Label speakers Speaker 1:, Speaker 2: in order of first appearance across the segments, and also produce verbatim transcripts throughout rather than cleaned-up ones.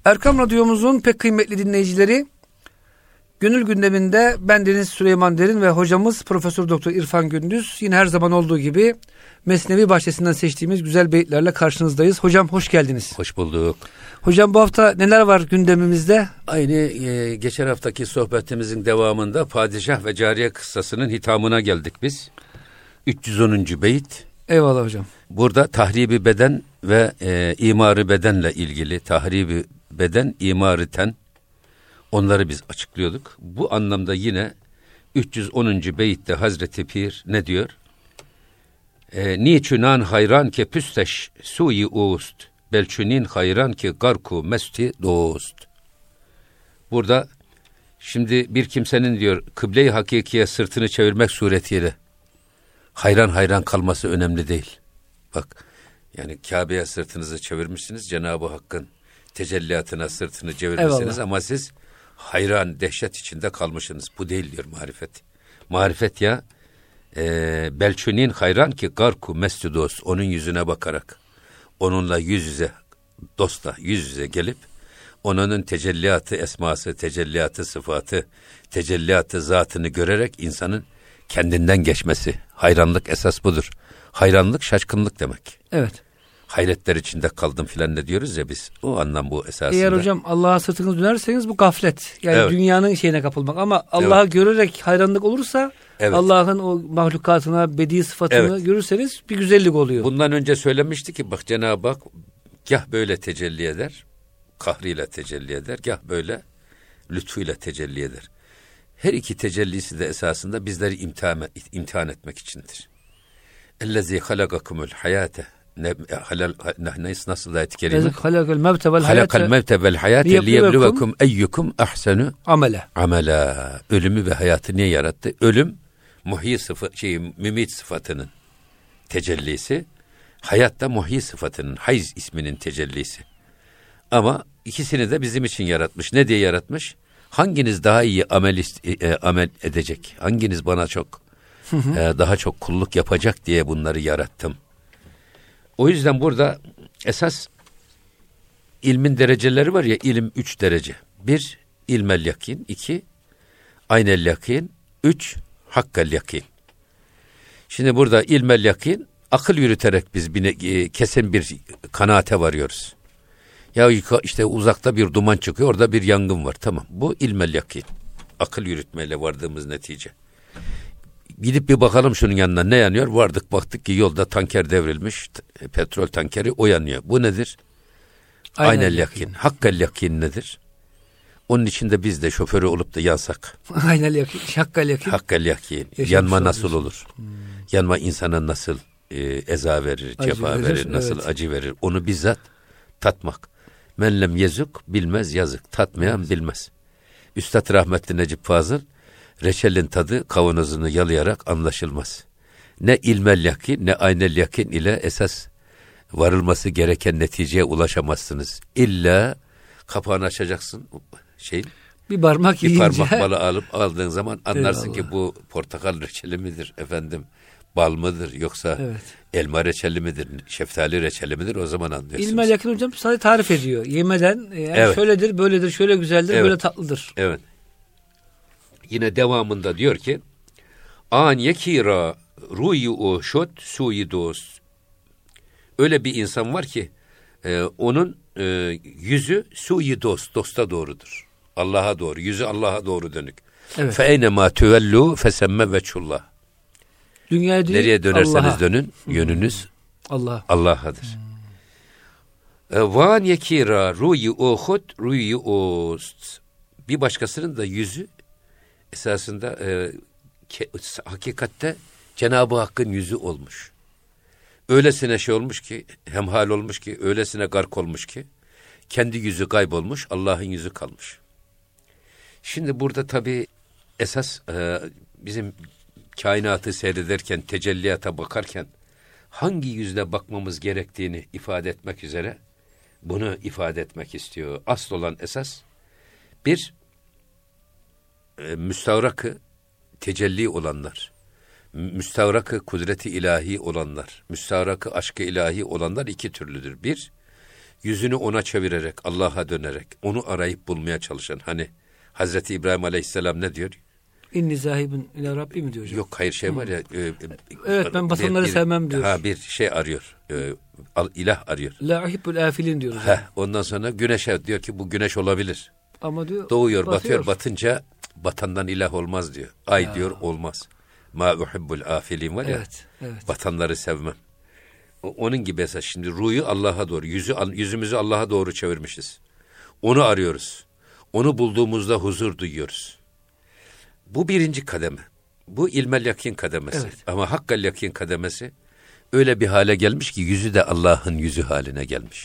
Speaker 1: Erkam Radyomuzun pek kıymetli dinleyicileri, Gönül Gündemi'nde bendeniz Süleyman Derin ve hocamız Profesör Doktor İrfan Gündüz yine her zaman olduğu gibi Mesnevi Bahçesi'nden seçtiğimiz güzel beyitlerle karşınızdayız. Hocam hoş geldiniz.
Speaker 2: Hoş bulduk.
Speaker 1: Hocam bu hafta neler var gündemimizde?
Speaker 2: Aynı e, geçen haftaki sohbetimizin devamında padişah ve cariye kıssasının hitamına geldik biz. üç yüz onuncu beyit.
Speaker 1: Eyvallah hocam.
Speaker 2: Burada tahribi beden ve e, imarı bedenle ilgili tahribi beden, imarı ten, onları biz açıklıyorduk. Bu anlamda yine üç yüz onuncu beyitte Hazreti Pir ne diyor? E, Niçünan hayran ke püsteş suyi ust, belçünin hayran ki garku mesti dost. Burada şimdi bir kimsenin diyor kıble-i hakikiye sırtını çevirmek suretiyle hayran hayran kalması önemli değil. Bak yani Kabe'ye sırtınızı çevirmişsiniz, Cenab-ı Hakk'ın tecelliyatına sırtını çevirmişsiniz. Eyvallah. Ama siz hayran, dehşet içinde kalmışsınız. Bu değil diyor marifet. Marifet ya e, belçünin hayran ki garku mesti dost, onun yüzüne bakarak, onunla yüz yüze, dostla yüz yüze gelip onun tecelliyatı esması, tecelliyatı sıfatı, tecelliyatı zatını görerek insanın kendinden geçmesi. Hayranlık esas budur. Hayranlık şaşkınlık demek.
Speaker 1: Evet.
Speaker 2: Hayretler içinde kaldım filan ne diyoruz ya biz. O anlam bu esasında.
Speaker 1: Eğer hocam Allah'a sırtınızı dönerseniz bu gaflet. Yani evet. Dünyanın şeyine kapılmak. Ama Allah'ı evet. görerek hayranlık olursa evet. Allah'ın o mahlukatına, bedi sıfatını evet. görürseniz bir güzellik oluyor.
Speaker 2: Bundan önce söylemişti ki bak Cenab-ı Hak gah böyle tecelli eder, kahriyle tecelli eder, gah böyle lütfuyla tecelli eder. Her iki tecellisi de esasında bizleri imtihan, imtihan etmek içindir. Ellezî halagakumul hayâte. Ne, halal, ne, nasıl ayet-i kerime?
Speaker 1: Halakal mevte vel hayâte.
Speaker 2: Halakal mevte vel hayâte liyebluvekum eyyukum ahsenu
Speaker 1: amele.
Speaker 2: Amela. Ölümü ve hayatı niye yarattı? Ölüm muhyi sıfat, şey, mümit sıfatının tecellisi. Hayat da muhyi sıfatının, hayz isminin tecellisi. Ama ikisini de bizim için yaratmış. Ne diye yaratmış? Hanginiz daha iyi amel, e, amel edecek? Hanginiz bana çok hı hı. E, daha çok kulluk yapacak diye bunları yarattım. O yüzden burada esas ilmin dereceleri var ya, ilim üç derece. Bir, ilmel yakin. İki, aynel yakin. Üç, hakkal yakin. Şimdi burada ilmel yakin, akıl yürüterek biz bir, kesin bir kanaate varıyoruz. Ya işte uzakta bir duman çıkıyor, orada bir yangın var. Tamam, bu ilmel yakin. Akıl yürütmeyle vardığımız netice. Gidip bir bakalım şunun yanına ne yanıyor? Vardık baktık ki yolda tanker devrilmiş. Petrol tankeri o yanıyor. Bu nedir? Aynel yakin. Hakkal yakin nedir? Onun içinde biz de şoförü olup da yansak.
Speaker 1: Aynel yakin. Hakkal yakin.
Speaker 2: Hakkal yakin. Yanma nasıl olur? Hmm. Yanma insana nasıl e, eza verir, acı cefa verir, verir nasıl evet. acı verir? Onu bizzat tatmak. Men lem yezuk bilmez yazık. Tatmayan evet. bilmez. Üstad rahmetli Necip Fazıl, reçelin tadı kavanozunu yalayarak anlaşılmaz. Ne ilmel yakin ne aynel yakin ile esas varılması gereken neticeye ulaşamazsınız. İlla kapağını açacaksın. Şey,
Speaker 1: bir parmak
Speaker 2: bir
Speaker 1: yiyince.
Speaker 2: parmak balı alıp aldığın zaman anlarsın Eyvallah. Ki bu portakal reçeli midir efendim? Bal mıdır yoksa evet. elma reçeli midir, şeftali reçeli midir, o zaman anlıyorsunuz.
Speaker 1: İlmel yakin hocam sadece tarif ediyor. Yemeden yani evet. şöyledir, böyledir, şöyle güzeldir, evet. böyle tatlıdır.
Speaker 2: Evet. Yine devamında diyor ki an yekira ruyu o şot suyi dost. Öyle bir insan var ki e, onun e, yüzü suyi dost, dosta doğrudur. Allah'a doğru, yüzü Allah'a doğru dönük. Evet. Fe eynemâ tüvellu fesemme veçullah.
Speaker 1: Dünyaya değil,
Speaker 2: nereye dönerseniz
Speaker 1: Allah'a.
Speaker 2: Dönün, yönünüz Allah. Allah'adır. Hmm. Van yekira ruyu o hot ruyu ost. Bir başkasının da yüzü esasında e, ke, hakikatte Cenab-ı Hakk'ın yüzü olmuş. Öylesine şey olmuş ki, hemhal olmuş ki, öylesine gark olmuş ki, kendi yüzü kaybolmuş, Allah'ın yüzü kalmış. Şimdi burada tabii esas e, bizim kainatı seyrederken, tecelliyata bakarken hangi yüzle bakmamız gerektiğini ifade etmek üzere bunu ifade etmek istiyor. Asıl olan esas bir, e, müstavrakı tecelli olanlar, müstavrakı kudreti ilahi olanlar, müstavrakı aşkı ilahi olanlar iki türlüdür. Bir, yüzünü ona çevirerek, Allah'a dönerek, onu arayıp bulmaya çalışan, hani Hazreti İbrahim Aleyhisselam ne diyor?
Speaker 1: İnni zahibun ila Rabbi mi diyor hocam?
Speaker 2: Yok, hayır, şey var ya. E,
Speaker 1: evet, ben batanları
Speaker 2: bir,
Speaker 1: sevmem diyor.
Speaker 2: Ha, bir şey arıyor. E, ilah arıyor.
Speaker 1: La uhibbul afilin diyor hocam.
Speaker 2: Heh, ondan sonra güneşe diyor ki bu güneş olabilir.
Speaker 1: Ama diyor
Speaker 2: doğuyor,
Speaker 1: batıyor.
Speaker 2: batıyor, batınca batandan ilah olmaz diyor. Ay
Speaker 1: ya.
Speaker 2: diyor olmaz. Ma uhibbul afilin var ya.
Speaker 1: Evet, evet.
Speaker 2: Batanları sevmem. O, onun gibi esas şimdi ruhu Allah'a doğru, yüzü yüzümüzü Allah'a doğru çevirmişiz. Onu arıyoruz. Onu bulduğumuzda huzur duyuyoruz. Bu birinci kademe. Bu ilmel yakin kademesi.
Speaker 1: Evet.
Speaker 2: Ama hakkal yakin kademesi öyle bir hale gelmiş ki yüzü de Allah'ın yüzü haline gelmiş.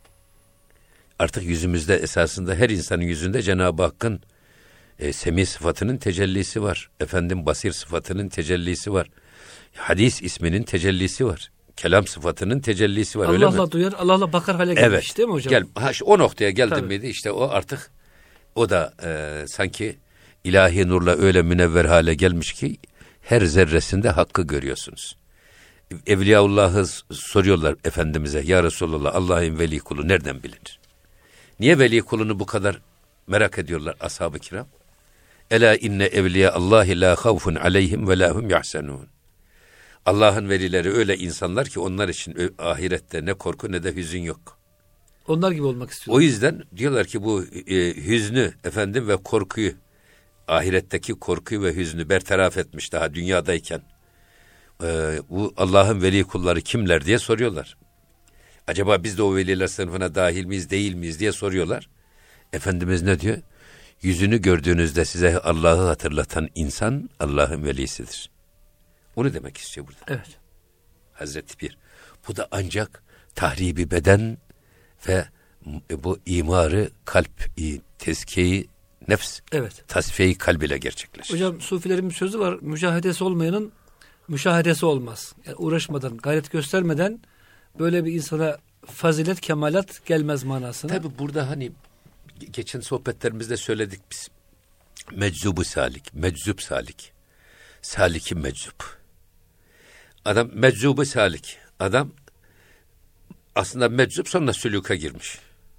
Speaker 2: Artık yüzümüzde esasında her insanın yüzünde Cenab-ı Hakk'ın e, semi sıfatının tecellisi var. Efendim basir sıfatının tecellisi var. Hadis isminin tecellisi var. Kelam sıfatının tecellisi var.
Speaker 1: Allah
Speaker 2: öyle
Speaker 1: Allah
Speaker 2: mi?
Speaker 1: duyar, Allah Allah bakar hale gelmiş,
Speaker 2: evet.
Speaker 1: değil mi hocam?
Speaker 2: Gel, ha, o noktaya geldim
Speaker 1: Tabii.
Speaker 2: miydi işte o artık o da e, sanki ilahi nurla öyle münevver hale gelmiş ki her zerresinde hakkı görüyorsunuz. Evliyaullah'ı soruyorlar Efendimiz'e, ya Resulallah, Allah'ın veli kulu nereden bilinir? Niye veli kulunu bu kadar merak ediyorlar ashab-ı kiram? Ela inne evliya Allahi la havfun aleyhim ve la hum yahsenun. Allah'ın velileri öyle insanlar ki onlar için ahirette ne korku ne de hüzün yok.
Speaker 1: Onlar gibi olmak istiyorlar.
Speaker 2: O yüzden diyorlar ki bu e, hüznü efendim ve korkuyu, ahiretteki korkuyu ve hüznü bertaraf etmiş daha dünyadayken. E, bu Allah'ın veli kulları kimler diye soruyorlar. Acaba biz de o veliler sınıfına dahil miyiz değil miyiz diye soruyorlar. Efendimiz ne diyor? Yüzünü gördüğünüzde size Allah'ı hatırlatan insan Allah'ın velisidir. Onu demek istiyor burada.
Speaker 1: Evet.
Speaker 2: Hazreti bir. Bu da ancak tahribi beden ve bu imarı kalp, tezkiyeyi nefs,
Speaker 1: evet.
Speaker 2: tasfiyeyi kalb ile gerçekleşir.
Speaker 1: Hocam sufilerin bir sözü var. Mücahedesi olmayanın müşahedesi olmaz. Yani uğraşmadan, gayret göstermeden böyle bir insana fazilet, kemalat gelmez manasına.
Speaker 2: Tabi burada hani geçen sohbetlerimizde söyledik biz. Meczubu salik, meczup salik. Saliki meczup. Adam meczubu salik. Adam aslında meczup, sonra sülûka girmiş.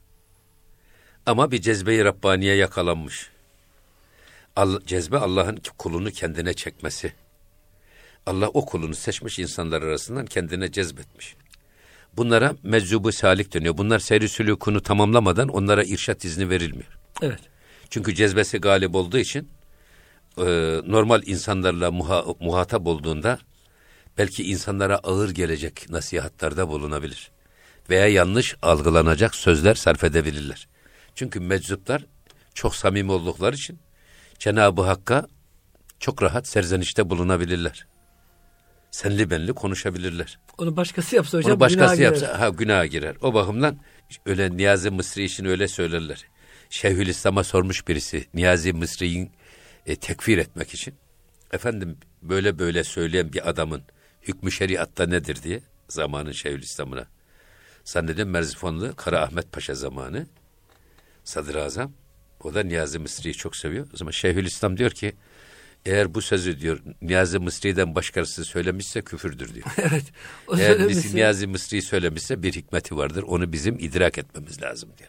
Speaker 2: Ama bir cezbe-i Rabbaniye yakalanmış. Allah, cezbe Allah'ın kulunu kendine çekmesi. Allah o kulunu seçmiş insanlar arasından kendine cezbetmiş. Bunlara meczubu salik deniyor. Bunlar seyri sülûkunu tamamlamadan onlara irşat izni verilmiyor.
Speaker 1: Evet.
Speaker 2: Çünkü cezbesi galip olduğu için e, normal insanlarla muha, muhatap olduğunda belki insanlara ağır gelecek nasihatlarda bulunabilir. Veya yanlış algılanacak sözler sarf edebilirler. Çünkü meczuplar çok samimi oldukları için Cenab-ı Hakk'a çok rahat serzenişte bulunabilirler. Senli benli konuşabilirler.
Speaker 1: Onu başkası yapsa hocam
Speaker 2: Onu başkası
Speaker 1: günaha
Speaker 2: yapsa
Speaker 1: girer.
Speaker 2: ha günaha girer. O bakımdan öyle Niyazi Mısri için öyle söylerler. Şeyhülislam'a sormuş birisi Niyazi Mısri'yi e, tekfir etmek için. Efendim böyle böyle söyleyen bir adamın hükmü şeriatta nedir diye zamanın Şeyhülislam'ına. Zannediyorum Merzifonlu Kara Ahmet Paşa zamanı Sadrazam. O da Niyazi Mısri'yi çok seviyor. O zaman Şeyhülislam diyor ki eğer bu sözü diyor Niyazi Mısri'den başkası söylemişse küfürdür diyor.
Speaker 1: Evet. O
Speaker 2: Eğer
Speaker 1: söylemişse...
Speaker 2: biz Niyazi Mısri'yi söylemişse bir hikmeti vardır. Onu bizim idrak etmemiz lazım diyor.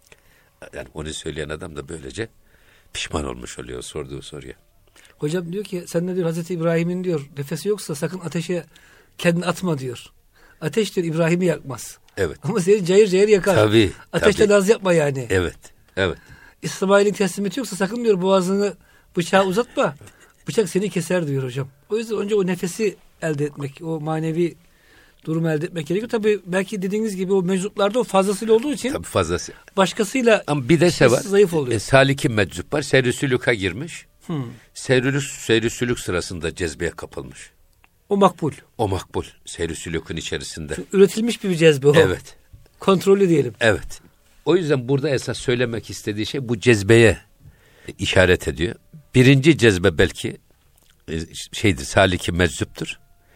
Speaker 2: Yani onu söyleyen adam da böylece pişman olmuş oluyor sorduğu soruya.
Speaker 1: Hocam diyor ki sen ne diyor Hazreti İbrahim'in diyor nefesi yoksa sakın ateşe kendini atma diyor. Ateş diyor İbrahim'i yakmaz.
Speaker 2: Evet.
Speaker 1: Ama seni cayır cayır yakar.
Speaker 2: Tabii.
Speaker 1: Ateşte
Speaker 2: tabii.
Speaker 1: naz yapma yani.
Speaker 2: Evet. Evet.
Speaker 1: İsmail'in teslimiyeti yoksa sakın diyor boğazını bıçağı uzatma. Bıçak seni keser diyor hocam. O yüzden önce o nefesi elde etmek, o manevi durumu elde etmek gerekiyor. Tabii belki dediğiniz gibi o meczuplarda o fazlasıyla olduğu için
Speaker 2: Tabii fazlası.
Speaker 1: Başkasıyla
Speaker 2: ama bir de şey var.
Speaker 1: Zayıf oluyor.
Speaker 2: E, saliki meczup var. Seyri sülüka girmiş.
Speaker 1: Hmm.
Speaker 2: Seyri, seyri sülük sırasında cezbeye kapılmış.
Speaker 1: O makbul.
Speaker 2: O makbul. Seyri sülükün içerisinde.
Speaker 1: Çünkü üretilmiş bir cezbe o.
Speaker 2: Evet.
Speaker 1: Kontrollü diyelim.
Speaker 2: Evet. O yüzden burada esas söylemek istediği şey bu cezbeye işaret ediyor. Birinci cezbe belki şeydir, saliki meczuptur.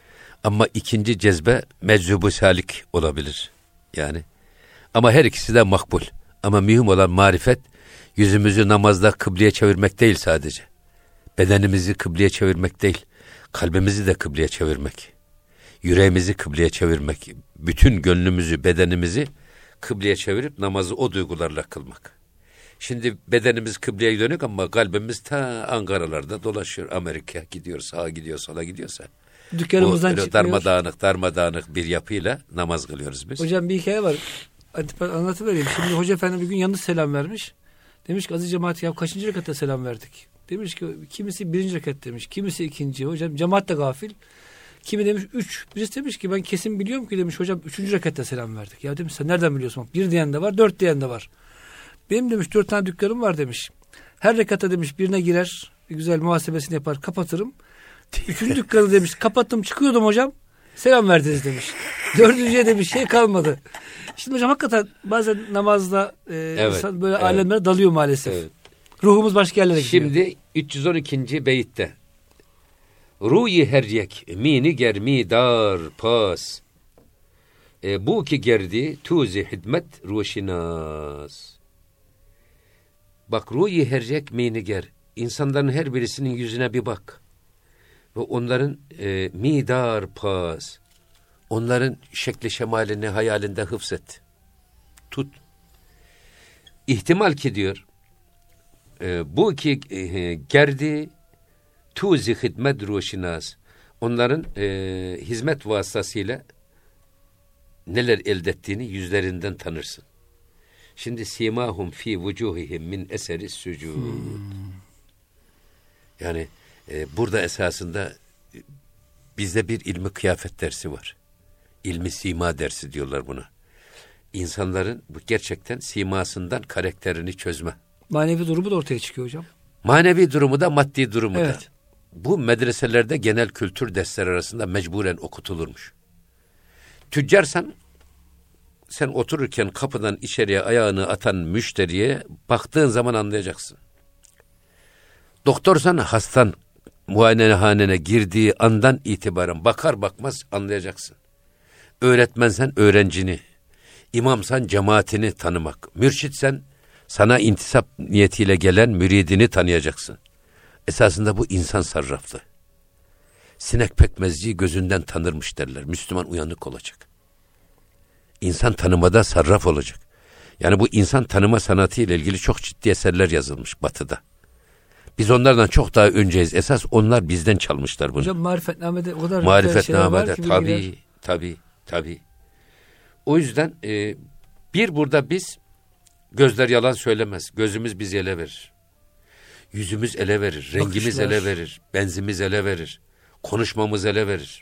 Speaker 2: Ama ikinci cezbe meczubu salik olabilir. Yani. Ama her ikisi de makbul. Ama mühim olan marifet yüzümüzü namazda kıbleye çevirmek değil sadece. Bedenimizi kıbleye çevirmek değil. Kalbimizi de kıbleye çevirmek. Yüreğimizi kıbleye çevirmek. Bütün gönlümüzü, bedenimizi kıbleye çevirip namazı o duygularla kılmak. Şimdi bedenimiz kıbleye dönük ama kalbimiz ta Ankaralarda dolaşıyor. Amerika gidiyor, sağa gidiyor, sola gidiyorsa.
Speaker 1: Dükkanımızdan
Speaker 2: o,
Speaker 1: çıkmıyor.
Speaker 2: Darmadağınık, darmadağınık bir yapıyla namaz kılıyoruz biz.
Speaker 1: Hocam bir hikaye var. Anlatıvereyim. Şimdi Hoca Efendi bir gün yanlış selam vermiş. Demiş ki aziz cemaat ya kaçıncı rekatta selam verdik? Demiş ki kimisi birinci rekat demiş. Kimisi ikinci. Hocam cemaat de gafil. Kimi demiş üç. Birisi demiş ki ben kesin biliyorum ki demiş hocam üçüncü rekatta selam verdik. Ya demiş sen nereden biliyorsun? Bir diyen de var, dört diyen de var. Benim demiş dört tane dükkanım var demiş. Her rekata demiş birine girer, bir güzel muhasebesini yapar, kapatırım. Üçüncü dükkanı demiş kapattım çıkıyordum hocam. Selam verdiniz demiş. Dördüncüye demiş şey kalmadı. Şimdi hocam hakikaten bazen namazda e,
Speaker 2: evet,
Speaker 1: insan böyle
Speaker 2: evet.
Speaker 1: alemlere dalıyor maalesef. Evet. Ruhumuz başka yerlere gidiyor.
Speaker 2: Şimdi üç yüz on ikinci beyitte. Ruyi heryek mini germi dar pas. E, bu ki gerdi tuzi hidmet ruşinaz. Bak ruyi heryek mini ger. İnsanların her birisinin yüzüne bir bak. Ve onların e, midar pas. Onların şekli şemalini hayalinde hıfzet. Tut. İhtimal ki diyor e, bu ki e, gerdi tuzi hidmet ruşinaz. Onların e, hizmet vasıtasıyla neler elde ettiğini yüzlerinden tanırsın. Şimdi simahum fi vucuhihim min eseri sucud. Hmm. Yani e, burada esasında e, bizde bir ilmi kıyafet dersi var. İlmi sima dersi diyorlar buna. İnsanların bu gerçekten simasından karakterini çözme.
Speaker 1: Manevi durumu da ortaya çıkıyor hocam.
Speaker 2: Manevi durumu da maddi durumu
Speaker 1: evet.
Speaker 2: da. Bu medreselerde genel kültür dersleri arasında mecburen okutulurmuş. Tüccarsan sen otururken kapıdan içeriye ayağını atan müşteriye baktığın zaman anlayacaksın. Doktorsan hastan muayenehanene girdiği andan itibaren bakar bakmaz anlayacaksın. Öğretmensen öğrencini, imamsan cemaatini tanımak, mürşitsen sana intisap niyetiyle gelen müridini tanıyacaksın. Esasında bu insan sarraflı. Sinek pekmezciyi gözünden tanırmış derler. Müslüman uyanık olacak. İnsan tanımada sarraf olacak. Yani bu insan tanıma sanatı ile ilgili çok ciddi eserler yazılmış Batı'da. Biz onlardan çok daha önceyiz. Esas onlar bizden çalmışlar bunu.
Speaker 1: Hocam marifetnamede o kadar
Speaker 2: marifetnamede tabii, tabii, tabii. O yüzden e, bir burada biz gözler yalan söylemez. Gözümüz bizi ele verir. Yüzümüz ele verir. Rengimiz Bakışlar. ele verir. Benzimiz ele verir. Konuşmamız ele verir.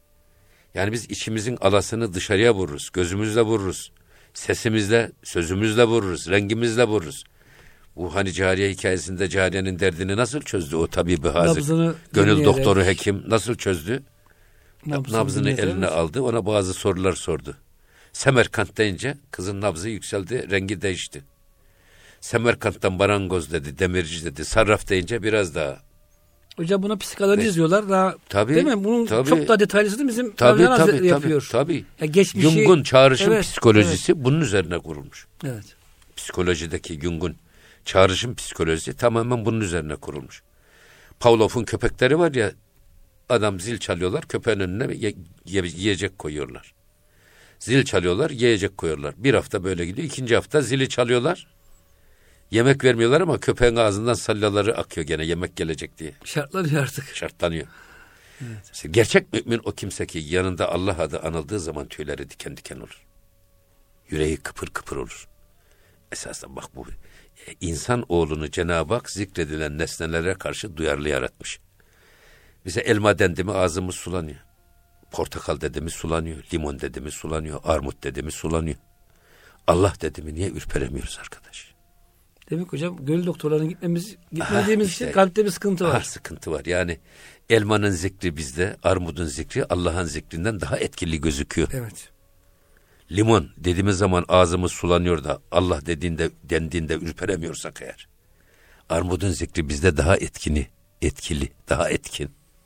Speaker 2: Yani biz içimizin alasını dışarıya vururuz. Gözümüzle vururuz. Sesimizle, sözümüzle vururuz. Rengimizle vururuz. Bu hani cariye hikayesinde cariyenin derdini nasıl çözdü o tabibi hazır? Gönül dinleyerek. Doktoru hekim nasıl çözdü? Nabzını, Nabzını eline aldı. Ona bazı sorular sordu. Semerkant deyince kızın nabzı yükseldi. Rengi değişti. Semerkant'tan marangoz dedi, demirci dedi. Sarraf deyince biraz daha.
Speaker 1: Hocam buna psikanaliz diyorlar. Daha,
Speaker 2: tabii,
Speaker 1: değil mi? Bunun
Speaker 2: tabii,
Speaker 1: çok daha detaylısını bizim
Speaker 2: tabii, tabii, tabii,
Speaker 1: yapıyor.
Speaker 2: Tabii.
Speaker 1: Ya geçmişi,
Speaker 2: Jung'un çağrışım
Speaker 1: evet,
Speaker 2: psikolojisi
Speaker 1: evet.
Speaker 2: bunun üzerine kurulmuş.
Speaker 1: Evet.
Speaker 2: Psikolojideki Jung'un çağrışım psikolojisi tamamen bunun üzerine kurulmuş. Pavlov'un köpekleri var ya, adam zil çalıyorlar, köpeğin önüne ye, ye, yiyecek koyuyorlar. Zil çalıyorlar, yiyecek koyuyorlar. Bir hafta böyle gidiyor, ikinci hafta zili çalıyorlar. Yemek vermiyorlar ama köpeğin ağzından salyaları akıyor gene yemek gelecek diye.
Speaker 1: Şartlanıyor artık.
Speaker 2: Şartlanıyor.
Speaker 1: Evet.
Speaker 2: İşte gerçek mümin o kimse ki yanında Allah adı anıldığı zaman tüyleri diken diken olur. Yüreği kıpır kıpır olur. Esasında bak bu insan oğlunu Cenab-ı Hak zikredilen nesnelere karşı duyarlı yaratmış. Bize elma dendi mi ağzımız sulanıyor. Portakal dedi mi sulanıyor. Limon dedi mi sulanıyor. Armut dedi mi sulanıyor. Allah dedi mi niye ürperemiyoruz arkadaş?
Speaker 1: Demek hocam gönül doktorlarına gitmemiz, gitmediğimiz
Speaker 2: işte,
Speaker 1: için kalpte bir sıkıntı var.
Speaker 2: Ha, sıkıntı var. Yani elmanın zikri bizde, armudun zikri Allah'ın zikrinden daha etkili gözüküyor.
Speaker 1: Evet.
Speaker 2: Limon dediğimiz zaman ağzımız sulanıyor da Allah dediğinde dendiğinde ürperemiyorsak eğer. Armudun zikri bizde daha etkini, etkili, daha etkin.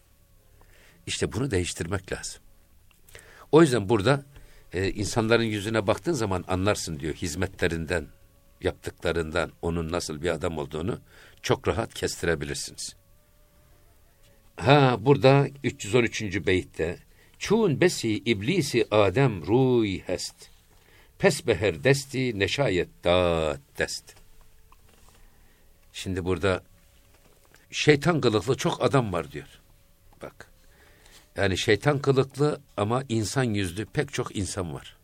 Speaker 2: İşte bunu değiştirmek lazım. O yüzden burada e, insanların yüzüne baktığın zaman anlarsın diyor hizmetlerinden, yaptıklarından onun nasıl bir adam olduğunu çok rahat kestirebilirsiniz. Ha burada üç yüz on üçüncü beytte çun besi iblisi Adem ruy hest pesbeher desti neşayet dağıt dest. Şimdi burada şeytan kılıklı çok adam var diyor. Bak. Yani şeytan kılıklı ama insan yüzlü pek çok insan var.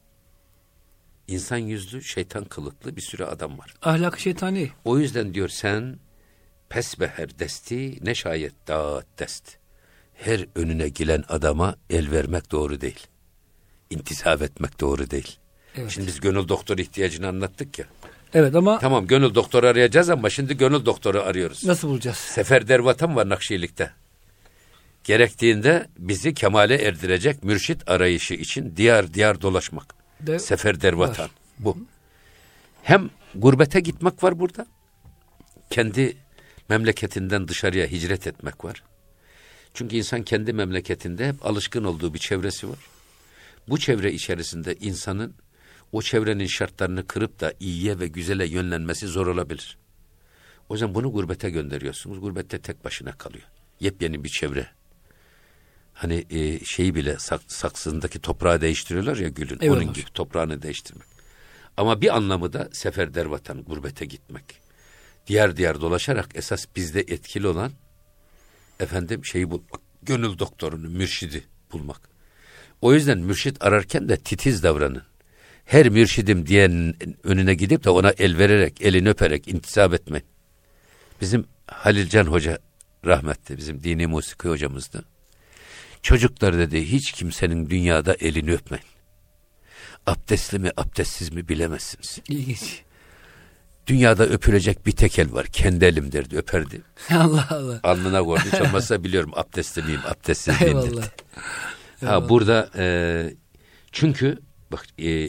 Speaker 2: İnsan yüzlü, şeytan kılıklı bir sürü adam var.
Speaker 1: Ahlak şeytani.
Speaker 2: O yüzden diyor sen pesbeher desti neşayet dağıt dest. Her önüne gelen adama el vermek doğru değil. İntisap etmek doğru değil.
Speaker 1: Evet.
Speaker 2: Şimdi biz gönül doktoru ihtiyacını anlattık ya.
Speaker 1: Evet ama...
Speaker 2: Tamam gönül doktoru arayacağız ama şimdi gönül doktoru arıyoruz.
Speaker 1: Nasıl bulacağız?
Speaker 2: Sefer dervatan var Nakşilik'te. Gerektiğinde bizi kemale erdirecek mürşit arayışı için diyar diyar dolaşmak. De, Sefer dervatan var. Bu. Hem gurbete gitmek var burada. Kendi memleketinden dışarıya hicret etmek var. Çünkü insan kendi memleketinde hep alışkın olduğu bir çevresi var. Bu çevre içerisinde insanın o çevrenin şartlarını kırıp da iyiye ve güzele yönlenmesi zor olabilir. O yüzden bunu gurbete gönderiyorsunuz. Gurbette tek başına kalıyor. Yepyeni bir çevre. Hani e, şeyi bile sak, saksısındaki toprağı değiştiriyorlar ya gülün.
Speaker 1: Evet,
Speaker 2: onun gibi toprağını değiştirmek. Ama bir anlamı da sefer dervatan, gurbete gitmek. Diğer diğer dolaşarak esas bizde etkili olan efendim şeyi bulmak. Gönül doktorunu, mürşidi bulmak. O yüzden mürşit ararken de titiz davranın. Her mürşidim diyenin önüne gidip de ona el vererek, elini öperek intisap etmeyin. Bizim Halilcan Hoca rahmetli, bizim dini musiki hocamızdı. Çocuklar dedi, hiç kimsenin dünyada elini öpmeyin. Abdestli mi, abdestsiz mi bilemezsiniz.
Speaker 1: İlginç.
Speaker 2: Dünyada öpülecek bir tek el var. Kendi elim derdi, öperdi.
Speaker 1: Allah Allah.
Speaker 2: Alnına koydu. Hiç olmazsa biliyorum abdestli miyim, abdestsiz miyim
Speaker 1: dedi.
Speaker 2: Ha Eyvallah. Burada e, çünkü bak e,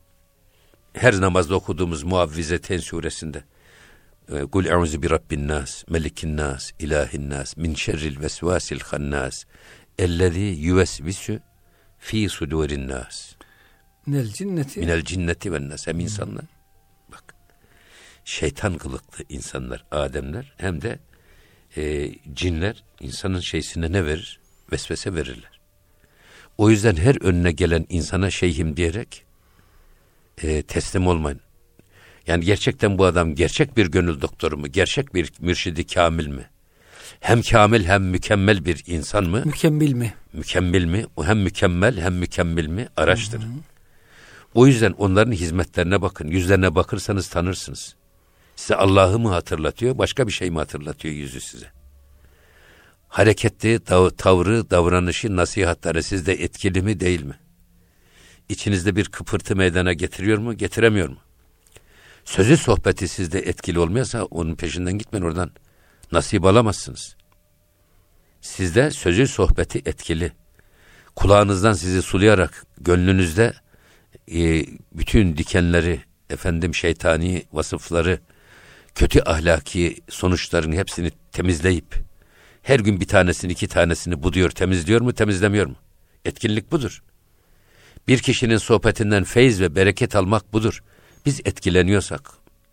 Speaker 2: her namazda okuduğumuz Muavvizeten suresinde Kul e'uzu bi rabbin nas, melikin nas, ilahin nas, min şerril vesvasil hannas, ellezî yüvesvisu fî sudurin nas.
Speaker 1: Minel cinneti.
Speaker 2: Minel cinneti ve nas. Hem insanlar, bak, şeytan kılıklı insanlar, Ademler, hem de e, cinler insanın şeysine ne verir? Vesvese verirler. O yüzden her önüne gelen insana şeyhim diyerek e, teslim olmayın. Yani gerçekten bu adam gerçek bir gönül doktoru mu? Gerçek bir mürşidi kamil mi? Hem kamil hem mükemmel bir insan mı?
Speaker 1: Mükemmel mi?
Speaker 2: Mükemmel mi? O hem mükemmel hem mükemmel mi? Araştırın. Hı hı. O yüzden onların hizmetlerine bakın. Yüzlerine bakırsanız tanırsınız. Size Allah'ı mı hatırlatıyor? Başka bir şey mi hatırlatıyor yüzü size? Hareketli, tav- tavrı, davranışı, nasihatları sizde etkili mi değil mi? İçinizde bir kıpırtı meydana getiriyor mu, getiremiyor mu? Sözü sohbeti sizde etkili olmuyorsa onun peşinden gitmeyin, oradan nasip alamazsınız. Sizde sözü sohbeti etkili. Kulağınızdan sizi sulayarak gönlünüzde e, bütün dikenleri, efendim şeytani vasıfları, kötü ahlaki sonuçların hepsini temizleyip her gün bir tanesini iki tanesini buduyor, temizliyor mu, temizlemiyor mu? Etkinlik budur. Bir kişinin sohbetinden feyz ve bereket almak budur. Biz etkileniyorsak,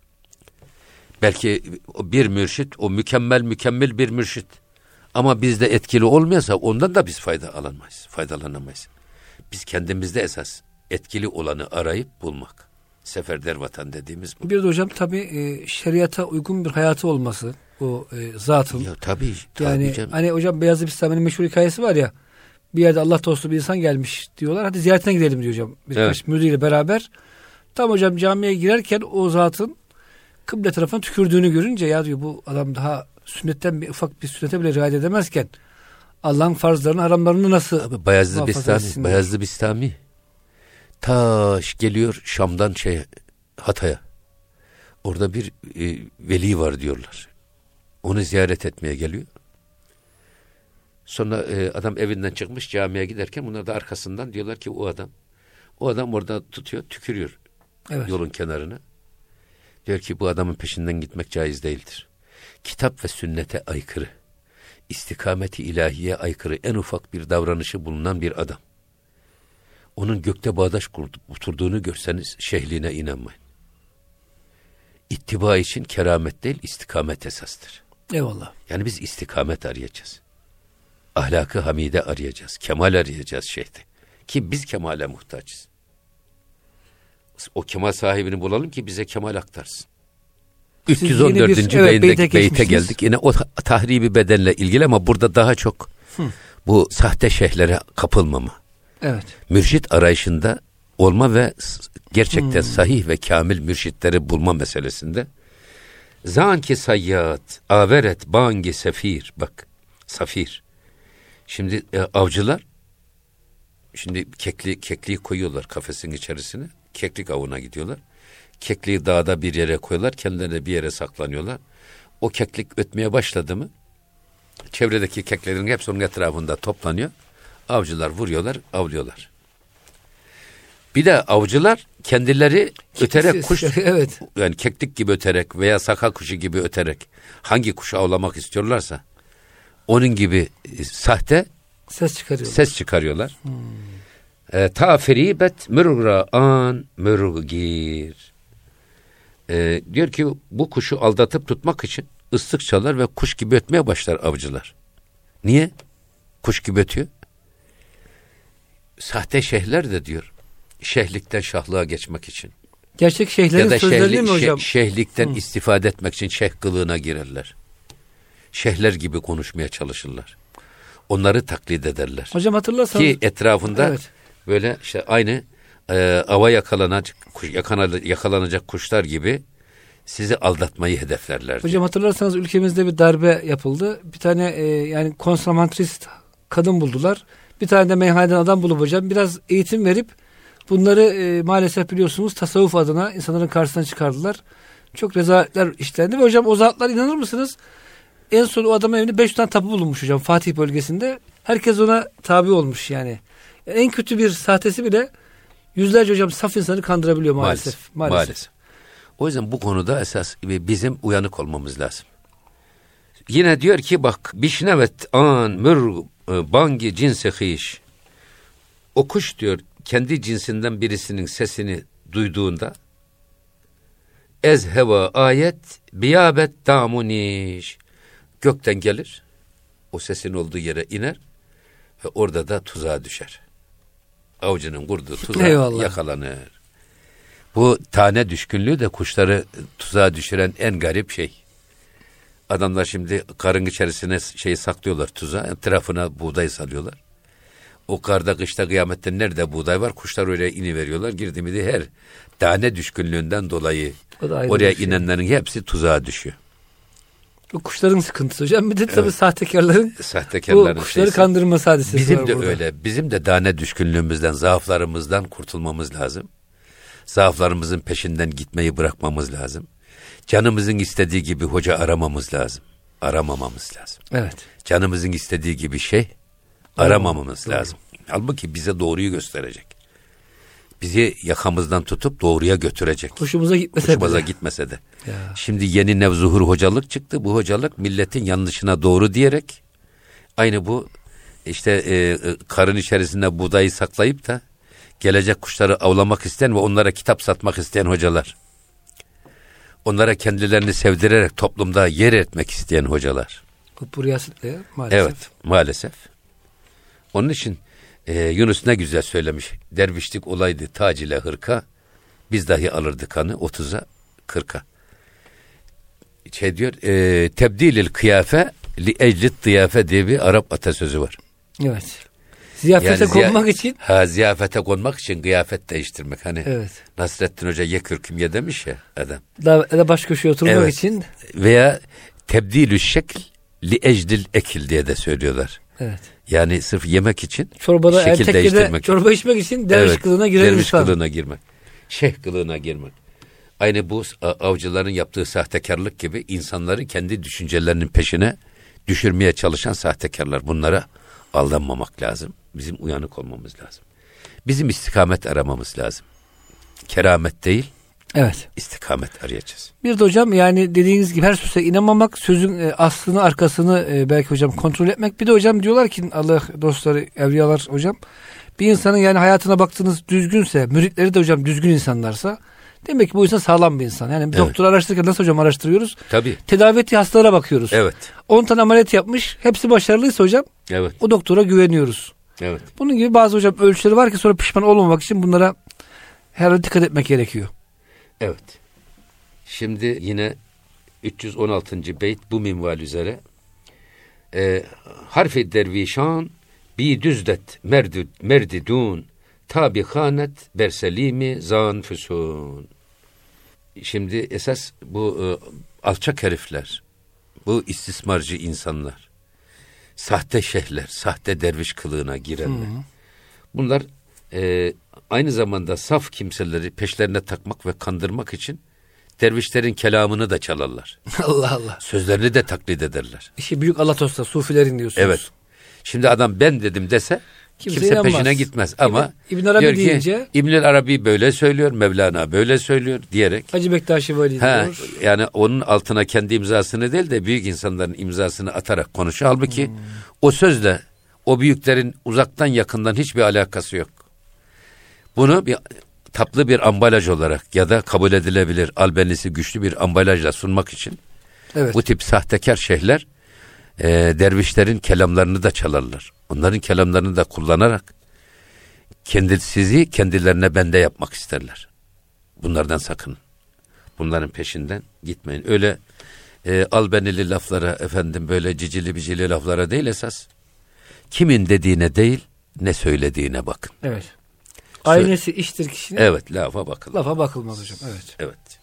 Speaker 2: belki bir mürşit, o mükemmel mükemmel bir mürşit, ama bizde etkili olmuyorsa ondan da biz fayda alamayız, faydalanamayız. Biz kendimizde esas etkili olanı arayıp bulmak. Sefer dervatan dediğimiz bu.
Speaker 1: Bir de hocam tabii e, şeriata uygun bir hayatı olması o e, zatın.
Speaker 2: Ya tabii. tabii
Speaker 1: yani
Speaker 2: canım.
Speaker 1: Hani hocam Beyazıt Bistami'nin meşhur hikayesi var ya, bir yerde Allah dostu bir insan gelmiş diyorlar. Hadi ziyaretine gidelim diyor hocam. Birkaç evet. müridüyle beraber. Tam hocam camiye girerken o zatın kıble tarafına tükürdüğünü görünce, ya diyor bu adam daha sünnetten bir ufak bir sünnete bile riayet edemezken Allah'ın farzlarını, haramlarını nasıl
Speaker 2: Abi, Bayezid Bistami, Bayezid Bistami taş geliyor Şam'dan şey Hatay'a. Orada bir e, veli var diyorlar. Onu ziyaret etmeye geliyor. Sonra e, adam evinden çıkmış camiye giderken bunlar da arkasından diyorlar ki o adam. O adam orada tutuyor, tükürüyor evet. yolun kenarına. Diyor ki bu adamın peşinden gitmek caiz değildir. Kitap ve sünnete aykırı, istikameti ilahiye aykırı en ufak bir davranışı bulunan bir adam. Onun gökte bağdaş kurdu, oturduğunu görseniz şehline inanmayın. İttiba için keramet değil, istikamet esastır.
Speaker 1: Eyvallah.
Speaker 2: Yani biz istikamet arayacağız. Ahlakı hamide arayacağız. Kemal arayacağız şeyde. Ki biz kemale muhtaçız. o kemal sahibini bulalım ki bize kemal aktarsın.
Speaker 1: Siz
Speaker 2: üç yüz on dördüncü
Speaker 1: bir, evet,
Speaker 2: beyte,
Speaker 1: beyte
Speaker 2: beyte geldik. Yine o tahribi bedenle ilgili ama burada daha çok Hı. bu sahte şeyhlere kapılmama.
Speaker 1: Evet.
Speaker 2: Mürşit arayışında olma ve gerçekten hmm. sahih ve kamil mürşitleri bulma meselesinde. Zanki sayyat, averet, bangi sefir. Bak, safir. Şimdi e, avcılar, şimdi kekli, kekliği koyuyorlar kafesin içerisine. Keklik avına gidiyorlar. Kekliği dağda bir yere koyuyorlar, kendilerine bir yere saklanıyorlar. O keklik ötmeye başladı mı, çevredeki keklerin hepsi onun etrafında toplanıyor. Avcılar vuruyorlar, avlıyorlar. Bir de avcılar kendileri öterek kuş,
Speaker 1: evet.
Speaker 2: yani keklik gibi öterek veya saka kuşu gibi öterek hangi kuşu avlamak istiyorlarsa onun gibi e, sahte
Speaker 1: ses çıkarıyorlar.
Speaker 2: Ses çıkarıyorlar. Hmm. E, Ta feribet mürra'an mürgir. E, diyor ki bu kuşu aldatıp tutmak için ıslık çalar ve kuş gibi ötmeye başlar avcılar. Niye? Kuş gibi ötüyor. Sahte şeyhler de diyor, şeyhlikten şahlığa geçmek için.
Speaker 1: Gerçek şeyhlerin
Speaker 2: ya da
Speaker 1: sözleri
Speaker 2: şehli,
Speaker 1: değil mi hocam?
Speaker 2: Şeh, şeyhlikten
Speaker 1: Hı.
Speaker 2: istifade etmek için şeyh kılığına girerler. Şeyhler gibi konuşmaya çalışırlar. Onları taklit ederler.
Speaker 1: Hocam hatırlarsanız.
Speaker 2: Ki etrafında evet. böyle işte aynı e, ava yakalanacak, kuş, yakalanacak, yakalanacak kuşlar gibi sizi aldatmayı hedeflerler.
Speaker 1: Hocam hatırlarsanız ülkemizde bir darbe yapıldı. Bir tane e, yani konsomantrist kadın buldular. Bir tane de meyhaneden adam bulup hocam biraz eğitim verip bunları e, maalesef biliyorsunuz tasavvuf adına insanların karşısına çıkardılar. Çok rezaletler işlendi ve hocam o zatlar inanır mısınız? En son o adamın evinde beş tane tapu bulunmuş hocam Fatih bölgesinde. Herkes ona tabi olmuş yani. yani. En kötü bir sahtesi bile yüzlerce hocam saf insanı kandırabiliyor maalesef.
Speaker 2: Maalesef. maalesef. maalesef. O yüzden bu konuda esas bizim uyanık olmamız lazım. Yine diyor ki bak bişnevet an mür bangi cinse hiş. O kuş diyor kendi cinsinden birisinin sesini duyduğunda ez heva ayet biyabet damuniş. Gökten gelir. O sesin olduğu yere iner ve orada da tuzağa düşer. Avcının kurduğu tuzağa Eyvallah. yakalanır. Bu tane düşkünlüğü de kuşları tuzağa düşüren en garip şey. Adamlar şimdi karın içerisine şeyi saklıyorlar tuzağa, etrafına buğday salıyorlar. O karda kışta kıyamette nerede buğday var kuşlar oraya iniveriyorlar. Girdi mi de her tane düşkünlüğünden dolayı oraya şey. inenlerin hepsi tuzağa düşüyor.
Speaker 1: Bu kuşların sıkıntısı hocam. Bir de tabii evet. sahtekarların,
Speaker 2: sahtekarların
Speaker 1: bu kuşları şeysi. kandırma hadisesi
Speaker 2: Bizim
Speaker 1: var
Speaker 2: de
Speaker 1: burada.
Speaker 2: öyle. Bizim de tane düşkünlüğümüzden, zaaflarımızdan kurtulmamız lazım. Zaaflarımızın peşinden gitmeyi bırakmamız lazım. Canımızın istediği gibi hoca aramamız lazım. Aramamamız lazım.
Speaker 1: Evet.
Speaker 2: Canımızın istediği gibi şey aramamamız Doğru. lazım. Halbuki bize doğruyu gösterecek. Bizi yakamızdan tutup doğruya götürecek.
Speaker 1: Hoşumuza gitmese
Speaker 2: Hoşumuza
Speaker 1: de.
Speaker 2: gitmese de.
Speaker 1: Ya.
Speaker 2: Şimdi yeni nevzuhur hocalık çıktı. Bu hocalık milletin yanlışına doğru diyerek aynı bu işte e, karın içerisinde buğdayı saklayıp da gelecek kuşları avlamak isteyen ve onlara kitap satmak isteyen hocalar. Onlara kendilerini sevdirerek toplumda yer etmek isteyen hocalar.
Speaker 1: Bu riyasetle maalesef.
Speaker 2: Evet maalesef. Onun için e, Yunus ne güzel söylemiş. Dervişlik olaydı tac ile hırka. Biz dahi alırdık kanı otuza kırka. Şey diyor e, tebdilil kıyafe li eclit diyafe diye bir Arap atasözü var.
Speaker 1: Evet. Ziyafete yani konmak ziya- için.
Speaker 2: Ha ziyafete konmak için kıyafet değiştirmek. Hani
Speaker 1: evet.
Speaker 2: Nasrettin Hoca ye kürküm ye demiş ya adam.
Speaker 1: Da, da baş köşeye oturmak evet. için.
Speaker 2: Veya tebdilü şekl li ecdil ekil diye de söylüyorlar.
Speaker 1: Evet.
Speaker 2: Yani sırf yemek için
Speaker 1: çorbada
Speaker 2: şekil
Speaker 1: yani
Speaker 2: değiştirmek.
Speaker 1: Çorba içmek için derviş
Speaker 2: evet,
Speaker 1: kılığına giren
Speaker 2: derviş
Speaker 1: insan.
Speaker 2: kılığına girmek. Şeyh kılığına girmek. Aynı bu avcıların yaptığı sahtekarlık gibi insanları kendi düşüncelerinin peşine düşürmeye çalışan sahtekarlar. Bunlara aldanmamak lazım. Bizim uyanık olmamız lazım. Bizim istikamet aramamız lazım. Keramet değil,
Speaker 1: evet.
Speaker 2: istikamet arayacağız.
Speaker 1: Bir de hocam yani dediğiniz gibi her söze inanmamak, sözün aslını arkasını belki hocam kontrol etmek. Bir de hocam diyorlar ki Allah dostları, evliyalar hocam, bir insanın yani hayatına baktığınız düzgünse, müritleri de hocam düzgün insanlarsa demek ki bu insan sağlam bir insan. Yani bir evet. doktor araştırırken nasıl hocam araştırıyoruz?
Speaker 2: Tabii.
Speaker 1: Tedavi ettiği hastalara bakıyoruz.
Speaker 2: Evet.
Speaker 1: on tane ameliyat yapmış, hepsi başarılıysa hocam
Speaker 2: evet.
Speaker 1: o doktora güveniyoruz.
Speaker 2: Evet.
Speaker 1: Bunun gibi bazı hocam ölçüleri var ki sonra pişman olmamak için bunlara Herhalde dikkat etmek gerekiyor.
Speaker 2: Evet. Şimdi yine üç yüz on altıncı beyt bu minval üzere. E, harf-i dervişan bi düzdet merdü, merdidun tabi hanet berselimi zan füsun. Şimdi esas bu e, alçak herifler, bu istismarcı insanlar, sahte şeyhler, sahte derviş kılığına girenler. Hı hı. Bunlar e, aynı zamanda saf kimseleri peşlerine takmak ve kandırmak için dervişlerin kelamını da çalarlar.
Speaker 1: Allah Allah.
Speaker 2: Sözlerini de taklit ederler.
Speaker 1: İşte büyük Alatosta, sufilerin diyorsunuz.
Speaker 2: Evet. Şimdi adam ben dedim dese kimse, kimse peşine gitmez. Ama
Speaker 1: İbn Arabi deyince
Speaker 2: İbn Arabi böyle söylüyor, Mevlana böyle söylüyor diyerek.
Speaker 1: Hacı Bektaşi Veli diyor.
Speaker 2: Yani onun altına kendi imzasını değil de büyük insanların imzasını atarak konuşuyor. Halbuki hmm. o sözle o büyüklerin uzaktan yakından hiçbir alakası yok. Bunu bir tatlı bir ambalaj olarak ya da kabul edilebilir albenisi güçlü bir ambalajla sunmak için evet. bu tip sahtekar şeyhler e, dervişlerin kelamlarını da çalarlar. Onların kelamlarını da kullanarak kendi, sizi kendilerine bende yapmak isterler. Bunlardan sakının. Bunların peşinden gitmeyin. Öyle e, albenili laflara, efendim böyle cicili bicili laflara değil esas. Kimin dediğine değil, ne söylediğine bakın.
Speaker 1: Evet. Aynesi iştir kişinin.
Speaker 2: Evet, lafa bakılmaz.
Speaker 1: Lafa bakılmaz hocam. Evet.
Speaker 2: Evet.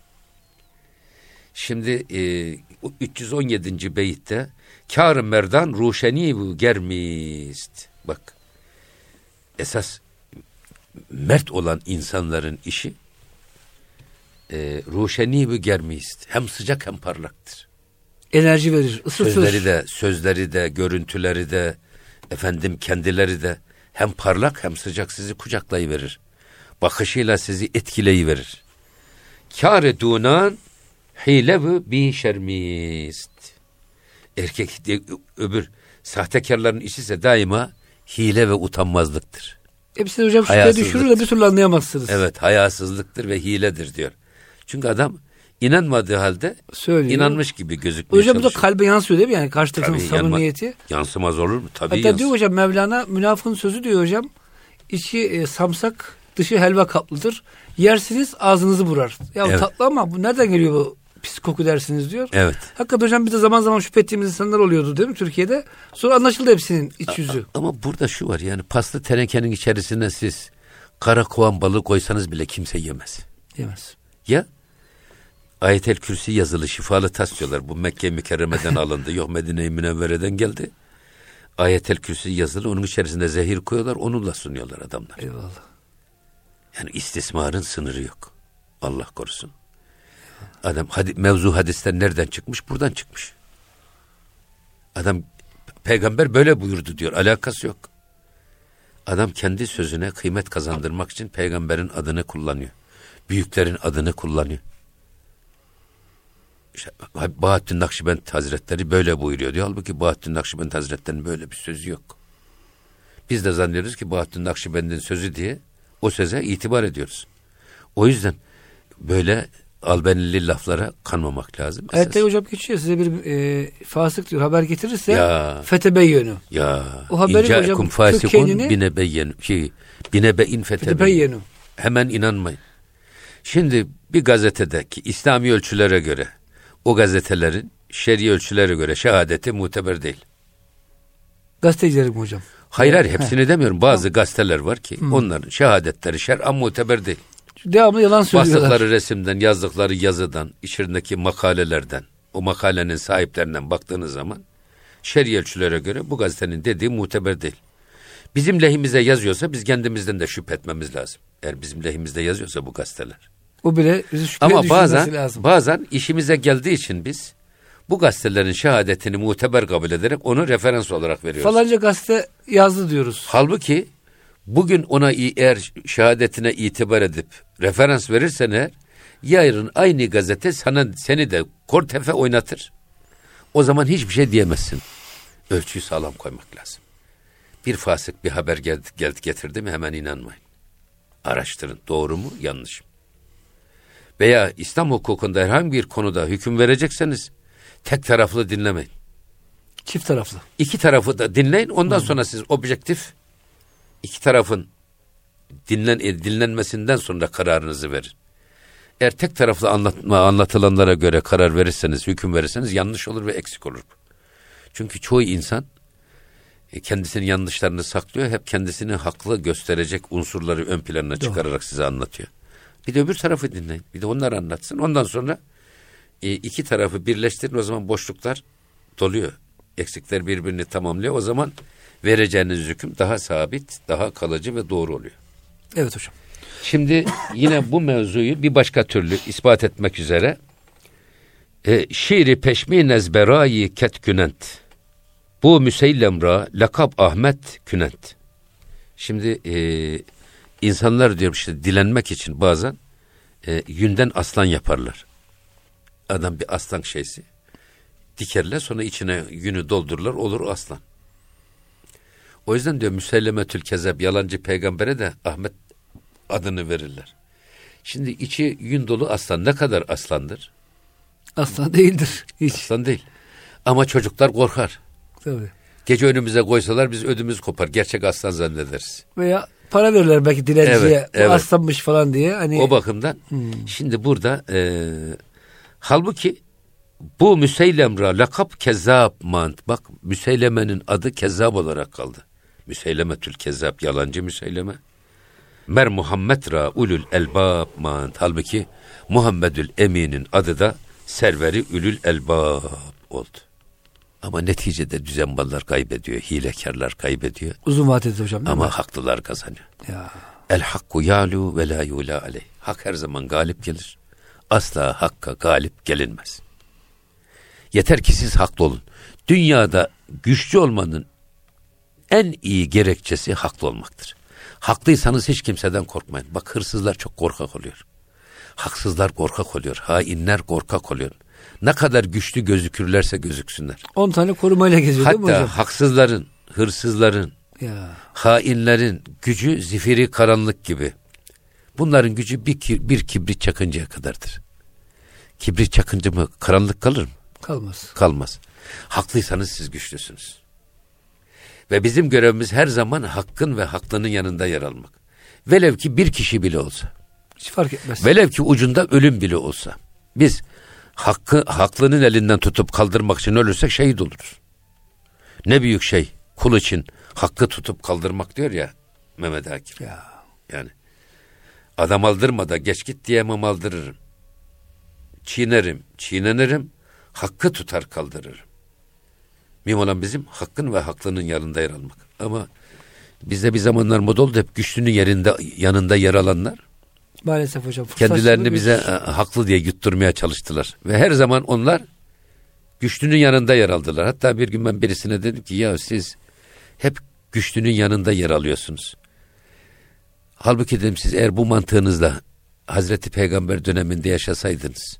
Speaker 2: Şimdi e, üç yüz on yedinci beytte kâr-ı merdan ruşeni bu germist. Bak. Esas mert olan insanların işi e, ruşeni bu germist. Hem sıcak hem parlaktır.
Speaker 1: Enerji verir, ısıtır.
Speaker 2: Sözleri de, sözleri de, görüntüleri de, efendim kendileri de hem parlak hem sıcak sizi kucaklayıverir. Bakışıyla sizi etkileyiverir. Kâr-ı dunan hilev bi şermist. Erkek de, öbür sahtekarların işi ise daima hile ve utanmazlıktır.
Speaker 1: Hepsi hocam şüpheye düşürür de bir türlü anlayamazsınız.
Speaker 2: Evet, hayasızlıktır ve hiledir diyor. Çünkü adam inanmadığı halde söylüyor. İnanmış gibi gözükmeye
Speaker 1: hocam
Speaker 2: çalışıyor.
Speaker 1: Bu da kalbe yansıyor değil mi? Yani karşı tarafın samimiyeti.
Speaker 2: Yansımaz olur mu? Tabii
Speaker 1: Hatta
Speaker 2: yansır.
Speaker 1: diyor hocam Mevlana münafığın sözü diyor hocam. İçi e, samsak, dışı helva kaplıdır. Yersiniz ağzınızı vurar. Ya evet. tatlı ama bu nereden geliyor bu pis koku dersiniz diyor.
Speaker 2: Evet.
Speaker 1: Hakikaten hocam bir de zaman zaman şüphe ettiğimiz insanlar oluyordu değil mi Türkiye'de? Sonra anlaşıldı hepsinin iç yüzü.
Speaker 2: Ama burada şu var yani paslı tenekenin içerisine siz kara kovan balığı koysanız bile kimse yemez.
Speaker 1: Yemez.
Speaker 2: Ya Ayet-el Kürsi yazılı şifalı tas diyorlar. Bu Mekke Mükerreme'den alındı. Yok Medine-i Münevvere'den geldi. Ayet-el Kürsi yazılı. Onun içerisinde zehir koyuyorlar. Onunla sunuyorlar adamlar.
Speaker 1: Eyvallah.
Speaker 2: Yani istismarın sınırı yok. Allah korusun. Adam hadi, mevzu hadisten nereden çıkmış? Buradan çıkmış. Adam peygamber böyle buyurdu diyor. Alakası yok. Adam kendi sözüne kıymet kazandırmak için peygamberin adını kullanıyor. Büyüklerin adını kullanıyor. İşte, Bahattin Nakşibend Hazretleri böyle buyuruyor diyor. Halbuki Bahattin Nakşibend Hazretleri'nin böyle bir sözü yok. Biz de zannediyoruz ki Bahattin Nakşibend'in sözü diye o söze itibar ediyoruz. O yüzden böyle albenili laflara kanmamak lazım.
Speaker 1: Ayette hocam geçiyor size bir e, fasık diyor haber getirirse ya, fetebeyyenu.
Speaker 2: Ya.
Speaker 1: O haberi hocam kökenini
Speaker 2: binebeyyenu şey binebeyin fetebeyyenu. Hemen inanmayın. Şimdi bir gazetedeki İslami ölçülere göre o gazetelerin şer'i ölçülere göre şehadeti muteber değil.
Speaker 1: Gazetecilerim hocam.
Speaker 2: Hayır hayır hepsini He. demiyorum. Bazı tamam. gazeteler var ki hmm. onların şehadetleri şer'an muteber değil.
Speaker 1: Devamlı yalan söylüyorlar.
Speaker 2: Bastıkları resimden, yazdıkları yazıdan, içindeki makalelerden, o makalenin sahiplerinden baktığınız zaman şer'i ölçülere göre bu gazetenin dediği muteber değil. Bizim lehimize yazıyorsa biz kendimizden de şüphe etmemiz lazım. Eğer bizim lehimizde yazıyorsa bu gazeteler.
Speaker 1: O bile bizi şüpheye
Speaker 2: Ama bazen,
Speaker 1: lazım.
Speaker 2: bazen işimize geldiği için biz bu gazetelerin şehadetini muteber kabul ederek onu referans olarak veriyoruz.
Speaker 1: Falanca gazete yazdı diyoruz.
Speaker 2: Halbuki bugün ona eğer şehadetine itibar edip referans verirsen eğer yarın aynı gazete sana seni de kortefe oynatır. O zaman hiçbir şey diyemezsin. Ölçüyü sağlam koymak lazım. Bir fasık bir haber geldi, geldi getirdi mi hemen inanmayın. Araştırın doğru mu yanlış mı? Veya İslam hukukunda herhangi bir konuda hüküm verecekseniz tek taraflı dinlemeyin.
Speaker 1: Çift taraflı.
Speaker 2: İki tarafı da dinleyin ondan hmm. sonra siz objektif iki tarafın dinlen dinlenmesinden sonra kararınızı verin. Eğer tek taraflı anlatma, anlatılanlara göre karar verirseniz, hüküm verirseniz yanlış olur ve eksik olur. Çünkü çoğu insan kendisinin yanlışlarını saklıyor, hep kendisini haklı gösterecek unsurları ön planına çıkararak Doğru. size anlatıyor. Bir de öbür tarafı dinleyin, bir de onları anlatsın. Ondan sonra e, iki tarafı birleştirin, o zaman boşluklar doluyor. Eksikler birbirini tamamlıyor. O zaman vereceğiniz hüküm daha sabit, daha kalıcı ve doğru oluyor.
Speaker 1: Evet hocam.
Speaker 2: Şimdi yine bu mevzuyu bir başka türlü ispat etmek üzere e, şiiri peşminez berayi ket künent. Bu Müseylemra lakab Ahmet Künent. Şimdi e, insanlar diyor işte dilenmek için bazen e, yünden aslan yaparlar. Adam bir aslan şeysi dikerler, sonra içine yünü doldururlar, olur aslan. O yüzden diyor Müsellemetül Kezeb, yalancı peygambere de Ahmet adını verirler. Şimdi içi yün dolu aslan ne kadar aslandır?
Speaker 1: Aslan değildir. Hiç.
Speaker 2: Aslan değil. Ama çocuklar korkar.
Speaker 1: Tabii.
Speaker 2: Gece önümüze koysalar biz ödümüz kopar. Gerçek aslan zannederiz.
Speaker 1: Veya para verirler belki dilenciye.
Speaker 2: Evet,
Speaker 1: bu
Speaker 2: evet.
Speaker 1: aslanmış falan diye. Hani...
Speaker 2: O bakımdan hmm. şimdi burada e, halbuki bu Müseylemra lakap Kezzab mant. Bak Müseyleme'nin adı Kezzab olarak kaldı. Müseylemetül Kezzab, yalancı Müseyleme. Mer Muhammed ra ulul elbab mant. Halbuki Muhammedül Emin'in adı da serveri ulul elbab oldu. Ama neticede düzenballar kaybediyor, hilekarlar kaybediyor.
Speaker 1: Uzun vadede hocam.
Speaker 2: Ama mi? Haklılar kazanıyor.
Speaker 1: Ya.
Speaker 2: El hakku yalu ve la yula aleyh. Hak her zaman galip gelir. Asla hakka galip gelinmez. Yeter ki siz haklı olun. Dünyada güçlü olmanın en iyi gerekçesi haklı olmaktır. Haklıysanız hiç kimseden korkmayın. Bak hırsızlar çok korkak oluyor. Haksızlar korkak oluyor. Hainler korkak oluyor. Ne kadar güçlü gözükürlerse gözüksünler.
Speaker 1: on tane korumayla geziyor değil mi hocam?
Speaker 2: Hatta haksızların, hırsızların, ya. hainlerin gücü zifiri karanlık gibi. Bunların gücü bir, bir kibrit çakıncaya kadardır. Kibrit çakınca mı karanlık kalır mı?
Speaker 1: Kalmaz.
Speaker 2: Kalmaz. Haklıysanız siz güçlüsünüz. Ve bizim görevimiz her zaman hakkın ve haklının yanında yer almak. Velev ki bir kişi bile olsa.
Speaker 1: Hiç fark etmez.
Speaker 2: Velev ki ucunda ölüm bile olsa. Biz hakkı, haklının elinden tutup kaldırmak için ölürsek şehit oluruz. Ne büyük şey kul için hakkı tutup kaldırmak diyor ya Mehmet Akif. Ya. Yani adam aldırma da geç git diyemem, aldırırım. Çiğnerim, çiğnenirim, hakkı tutar kaldırırım. Mühim olan bizim hakkın ve haklının yanında yer almak. Ama bizde bir zamanlar moda oldu, hep güçlünün yerinde, yanında yer alanlar.
Speaker 1: Maalesef hocam.
Speaker 2: Kendilerini bize e, haklı diye yutturmaya çalıştılar. Ve her zaman onlar güçlünün yanında yer aldılar. Hatta bir gün ben birisine dedim ki ya siz hep güçlünün yanında yer alıyorsunuz. Halbuki dedim siz eğer bu mantığınızla Hazreti Peygamber döneminde yaşasaydınız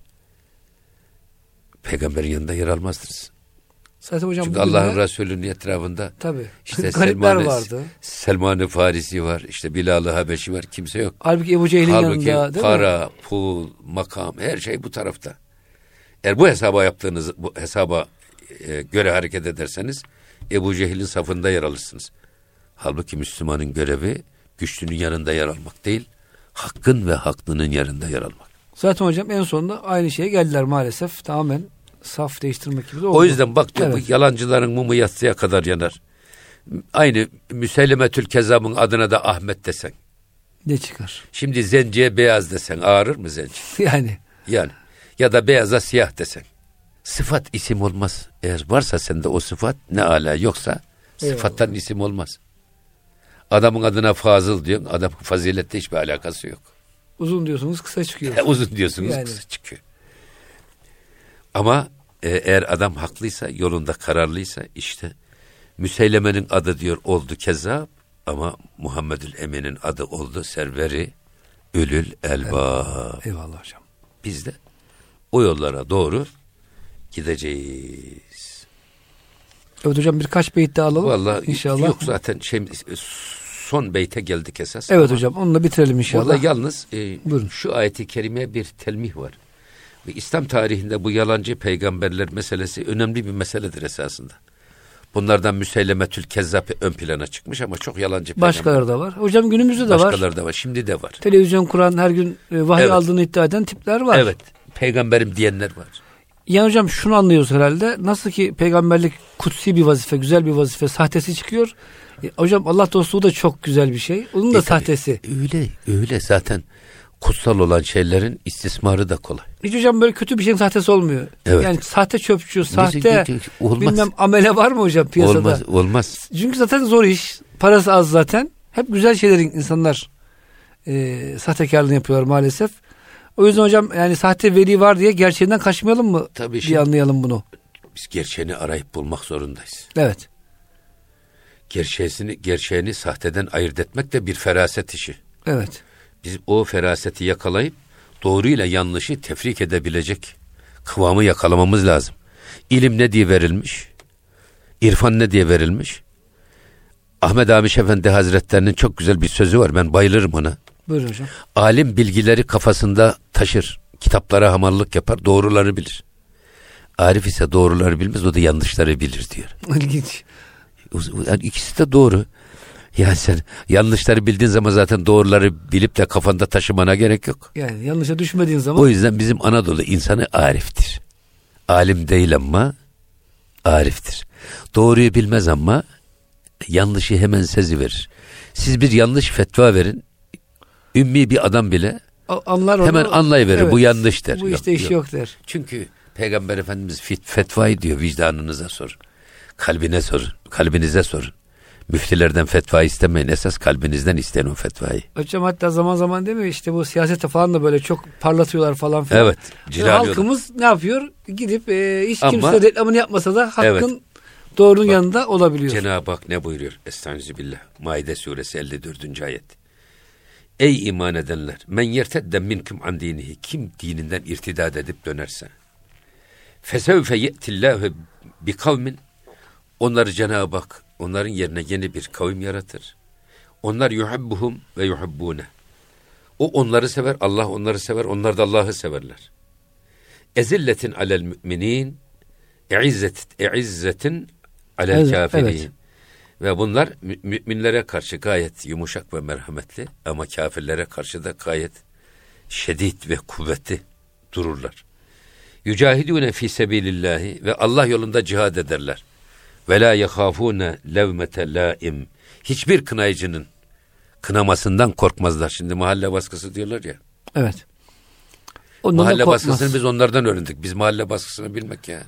Speaker 2: Peygamberin yanında yer almazdınız.
Speaker 1: Zaten hocam
Speaker 2: çünkü Allah'ın Resulü'nün etrafında
Speaker 1: tabii.
Speaker 2: işte
Speaker 1: Selman-ı vardı.
Speaker 2: Selman-ı Farisi var, işte Bilal-ı Habeşi var, kimse yok.
Speaker 1: Halbuki Ebu Cehil'in
Speaker 2: Halbuki
Speaker 1: yanında değil
Speaker 2: para,
Speaker 1: mi?
Speaker 2: pul, makam, her şey bu tarafta. Eğer bu hesaba yaptığınız bu hesaba e, göre hareket ederseniz Ebu Cehil'in safında yer alırsınız. Halbuki Müslümanın görevi güçlünün yanında yer almak değil, hakkın ve haklının yanında yer almak.
Speaker 1: Zaten hocam en sonunda aynı şeye geldiler maalesef. Tamamen saf değiştirmek gibi de oldu.
Speaker 2: O yüzden bak diyor,
Speaker 1: evet.
Speaker 2: Bu yalancıların mumu yatsıya kadar yanar. Aynı Müseylemetül Kezzab'ın adına da Ahmet desen.
Speaker 1: Ne çıkar?
Speaker 2: Şimdi zenciye beyaz desen ağrır mı zenci?
Speaker 1: Yani.
Speaker 2: Yani. Ya da beyaza siyah desen. Sıfat isim olmaz. Eğer varsa sende o sıfat ne ala, yoksa sıfattan Eyvallah. isim olmaz. Adamın adına Fazıl diyorsun. Adamın fazilette hiçbir alakası yok.
Speaker 1: Uzun diyorsunuz kısa çıkıyor.
Speaker 2: E, uzun diyorsunuz yani. Kısa çıkıyor. Ama e, eğer adam haklıysa, yolunda kararlıysa, işte Müseyleme'nin adı diyor oldu Kezzab, ama Muhammedül Emin'in adı oldu serveri Ülül Elbab.
Speaker 1: Eyvallah hocam.
Speaker 2: Biz de o yollara doğru gideceğiz.
Speaker 1: Evet hocam, birkaç beyt daha alalım.
Speaker 2: Vallahi
Speaker 1: inşallah.
Speaker 2: Yok zaten şey, son beyte geldik esas.
Speaker 1: Evet hocam, onunla bitirelim inşallah.
Speaker 2: Burada yalnız e, şu ayeti kerimeye bir telmih var. Ve İslam tarihinde bu yalancı peygamberler meselesi önemli bir meseledir esasında. Bunlardan Müseylemetül Kezzab ön plana çıkmış ama çok yalancı peygamber.
Speaker 1: Başkaları da var. Hocam günümüzde de
Speaker 2: Başkaları
Speaker 1: var.
Speaker 2: Başkaları da var. Şimdi de var.
Speaker 1: Televizyon kuran, her gün e, vahiy
Speaker 2: evet.
Speaker 1: aldığını iddia eden tipler var.
Speaker 2: Evet. Peygamberim diyenler var.
Speaker 1: Yani hocam şunu anlıyoruz herhalde. Nasıl ki peygamberlik kutsi bir vazife, güzel bir vazife, sahtesi çıkıyor. E, hocam Allah dostluğu da çok güzel bir şey. Onun da e, sahtesi.
Speaker 2: Öyle, öyle zaten kutsal olan şeylerin istismarı da kolay.
Speaker 1: Hiç hocam böyle kötü bir şeyin sahtesi olmuyor.
Speaker 2: Evet.
Speaker 1: Yani sahte çöpçü, sahte
Speaker 2: olmaz.
Speaker 1: Bilmem amele var mı hocam piyasada?
Speaker 2: Olmaz, olmaz.
Speaker 1: Çünkü zaten zor iş. Parası az zaten. Hep güzel şeylerin insanlar e, sahtekarlığını yapıyorlar maalesef. O yüzden hocam yani sahte veli var diye gerçeğinden kaçmayalım mı?
Speaker 2: Tabii
Speaker 1: diye anlayalım bunu.
Speaker 2: Biz gerçeğini arayıp bulmak zorundayız.
Speaker 1: Evet.
Speaker 2: Gerçeğini, gerçeğini sahteden ayırt etmek de bir feraset işi.
Speaker 1: Evet.
Speaker 2: Biz o feraseti yakalayıp doğruyla yanlışı tefrik edebilecek kıvamı yakalamamız lazım. İlim ne diye verilmiş? İrfan ne diye verilmiş? Ahmed Amiş Efendi Hazretlerinin çok güzel bir sözü var. Ben bayılırım ona.
Speaker 1: Buyurun hocam.
Speaker 2: Alim bilgileri kafasında taşır. Kitaplara hamallık yapar. Doğruları bilir. Arif ise doğruları bilmez. O da yanlışları bilir diyor.
Speaker 1: İlginç.
Speaker 2: Yani ikisi de doğru. Yani sen yanlışları bildiğin zaman zaten doğruları bilip de kafanda taşımana gerek yok.
Speaker 1: Yani yanlışa düşmediğin zaman.
Speaker 2: O yüzden bizim Anadolu insanı ariftir. Alim değil ama ariftir. Doğruyu bilmez ama yanlışı hemen seziverir. Siz bir yanlış fetva verin. Ümmi bir adam bile
Speaker 1: anlar onu,
Speaker 2: hemen anlayıverir. Evet, bu yanlış der.
Speaker 1: Bu işte yok, iş yok. yok der.
Speaker 2: Çünkü Peygamber Efendimiz fetvayı diyor, vicdanınıza sorun. Kalbine sorun. Kalbinize sorun. Müftilerden fetva istemeyin. Esas kalbinizden isteyin o fetvayı.
Speaker 1: Hocam hatta zaman zaman değil mi işte bu siyasete falan da böyle çok parlatıyorlar falan filan.
Speaker 2: Evet.
Speaker 1: Yani halkımız ne yapıyor? Gidip e, hiç
Speaker 2: Ama,
Speaker 1: kimse reklamını yapmasa da hakkın evet, doğrunun bak, yanında olabiliyor.
Speaker 2: Cenab-ı Hak ne buyuruyor? Estağfirullah. Maide suresi elli dördüncü ayet. Ey iman edenler! Men yertedden minkum an dinihi. Kim dininden irtidat edip dönerse. Fesevfe ye'tillâhu bi kavmin. Onları Cenab-ı Hak onların yerine yeni bir kavim yaratır. Onlar yuhibbuhum ve yuhibbune. O onları sever, Allah onları sever, onlar da Allah'ı severler. Ezilletin alel müminin, e'izzet, e'izzetin alel kafirin. Evet. Ve bunlar mü- müminlere karşı gayet yumuşak ve merhametli ama kafirlere karşı da gayet şiddet ve kuvvetli dururlar. Yücahidune fi sebilillahi ve Allah yolunda cihad ederler. Ve la yehafune levmete laim. Hiçbir kınayıcının kınamasından korkmazlar. Şimdi mahalle baskısı diyorlar ya.
Speaker 1: Evet.
Speaker 2: Ondan mahalle baskısını biz onlardan öğrendik. Biz mahalle baskısını bilmek ya.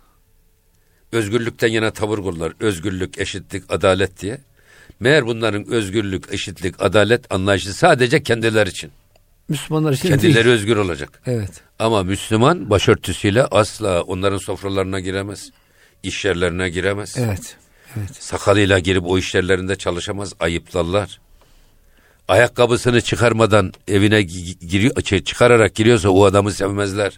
Speaker 2: Özgürlükten yana tavır koydular. Özgürlük, eşitlik, adalet diye. Meğer bunların özgürlük, eşitlik, adalet anlayışı sadece kendileri için.
Speaker 1: Müslümanlar için
Speaker 2: kendileri
Speaker 1: değil.
Speaker 2: Özgür olacak.
Speaker 1: Evet.
Speaker 2: Ama Müslüman başörtüsüyle asla onların sofralarına giremez. İş yerlerine giremez.
Speaker 1: Evet. Evet.
Speaker 2: Sakalıyla girip o iş yerlerinde çalışamaz. Ayıplarlar. Ayakkabısını çıkarmadan evine giriyor, çıkararak giriyorsa o adamı sevmezler.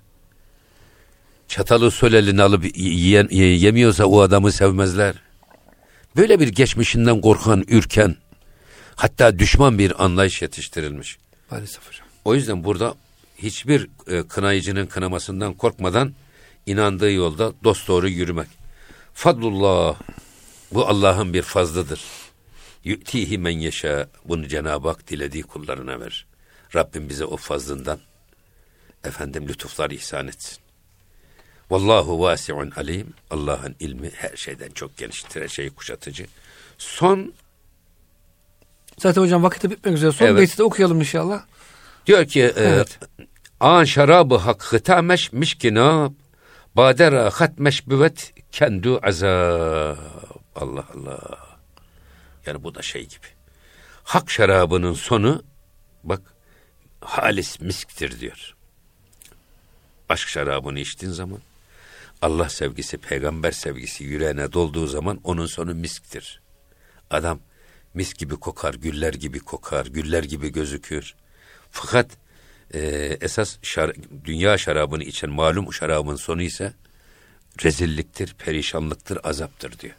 Speaker 2: Çatalı sol elini alıp yiyen, yemiyorsa o adamı sevmezler. Böyle bir geçmişinden korkan, ürken, hatta düşman bir anlayış yetiştirilmiş.
Speaker 1: Maalesef hocam.
Speaker 2: O yüzden burada hiçbir e, kınayıcının kınamasından korkmadan inandığı yolda dosdoğru yürümek. Fadlullah, bu Allah'ın bir fazlıdır. Yu'tihi men yeşâ, bunu Cenab-ı Hak dilediği kullarına verir. Rabbim bize o fazlından efendim lütuflar ihsan etsin. Vallahu vasi'un alim. Allah'ın ilmi her şeyden çok geniştir, her şeyi kuşatıcı. Son
Speaker 1: zaten hocam vakit bitmek üzere. Son evet, beyti de okuyalım inşallah.
Speaker 2: Diyor ki evet. e, an şarabı hak hitameş mişkinab badera hatmeş büvet kendu azab. Allah Allah. Yani bu da şey gibi. Hak şarabının sonu bak halis misktir diyor. Aşk şarabını içtiğin zaman, Allah sevgisi, peygamber sevgisi yüreğine dolduğu zaman onun sonu misktir. Adam mis gibi kokar, güller gibi kokar, güller gibi gözükür. Fakat e, esas şar, dünya şarabını içen malum şarabın sonu ise rezilliktir, perişanlıktır, azaptır diyor.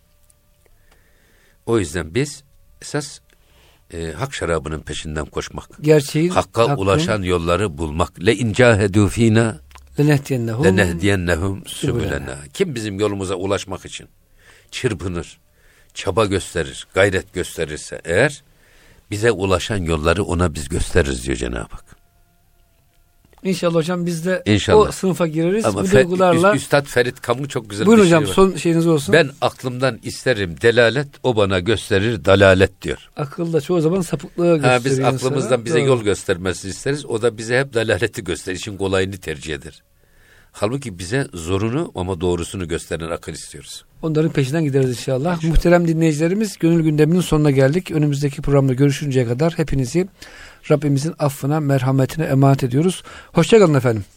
Speaker 2: O yüzden biz esas e, hak şarabının peşinden koşmak.
Speaker 1: Gerçeğin,
Speaker 2: Hakka hakkın, ulaşan yolları bulmak. Le incahedu fina lenehdiyennehum sübülena. Kim bizim yolumuza ulaşmak için çırpınır, çaba gösterir, gayret gösterirse eğer bize ulaşan yolları ona biz gösteririz diyor Cenab-ı Hak.
Speaker 1: İnşallah hocam biz de
Speaker 2: İnşallah.
Speaker 1: o sınıfa gireriz.
Speaker 2: Ama
Speaker 1: bu
Speaker 2: Fe,
Speaker 1: duygularla.
Speaker 2: Üstad Ferit Kam'ın çok güzel
Speaker 1: Buyurun
Speaker 2: bir şey
Speaker 1: hocam,
Speaker 2: var.
Speaker 1: son şeyiniz olsun.
Speaker 2: Ben aklımdan isterim delalet, o bana gösterir dalalet diyor.
Speaker 1: Akılda çoğu zaman sapıklığı gösteriyor.
Speaker 2: Ha, biz aklımızdan
Speaker 1: insana.
Speaker 2: bize
Speaker 1: Doğru.
Speaker 2: yol göstermesini isteriz. O da bize hep dalaleti gösterir. İşin kolayını tercih eder. Halbuki bize zorunu ama doğrusunu gösteren akıl istiyoruz.
Speaker 1: Onların peşinden gideriz inşallah.
Speaker 2: İnşallah.
Speaker 1: Muhterem dinleyicilerimiz, Gönül Gündemi'nin sonuna geldik. Önümüzdeki programda görüşünceye kadar hepinizi Rabbimizin affına, merhametine emanet ediyoruz. Hoşça kalın efendim.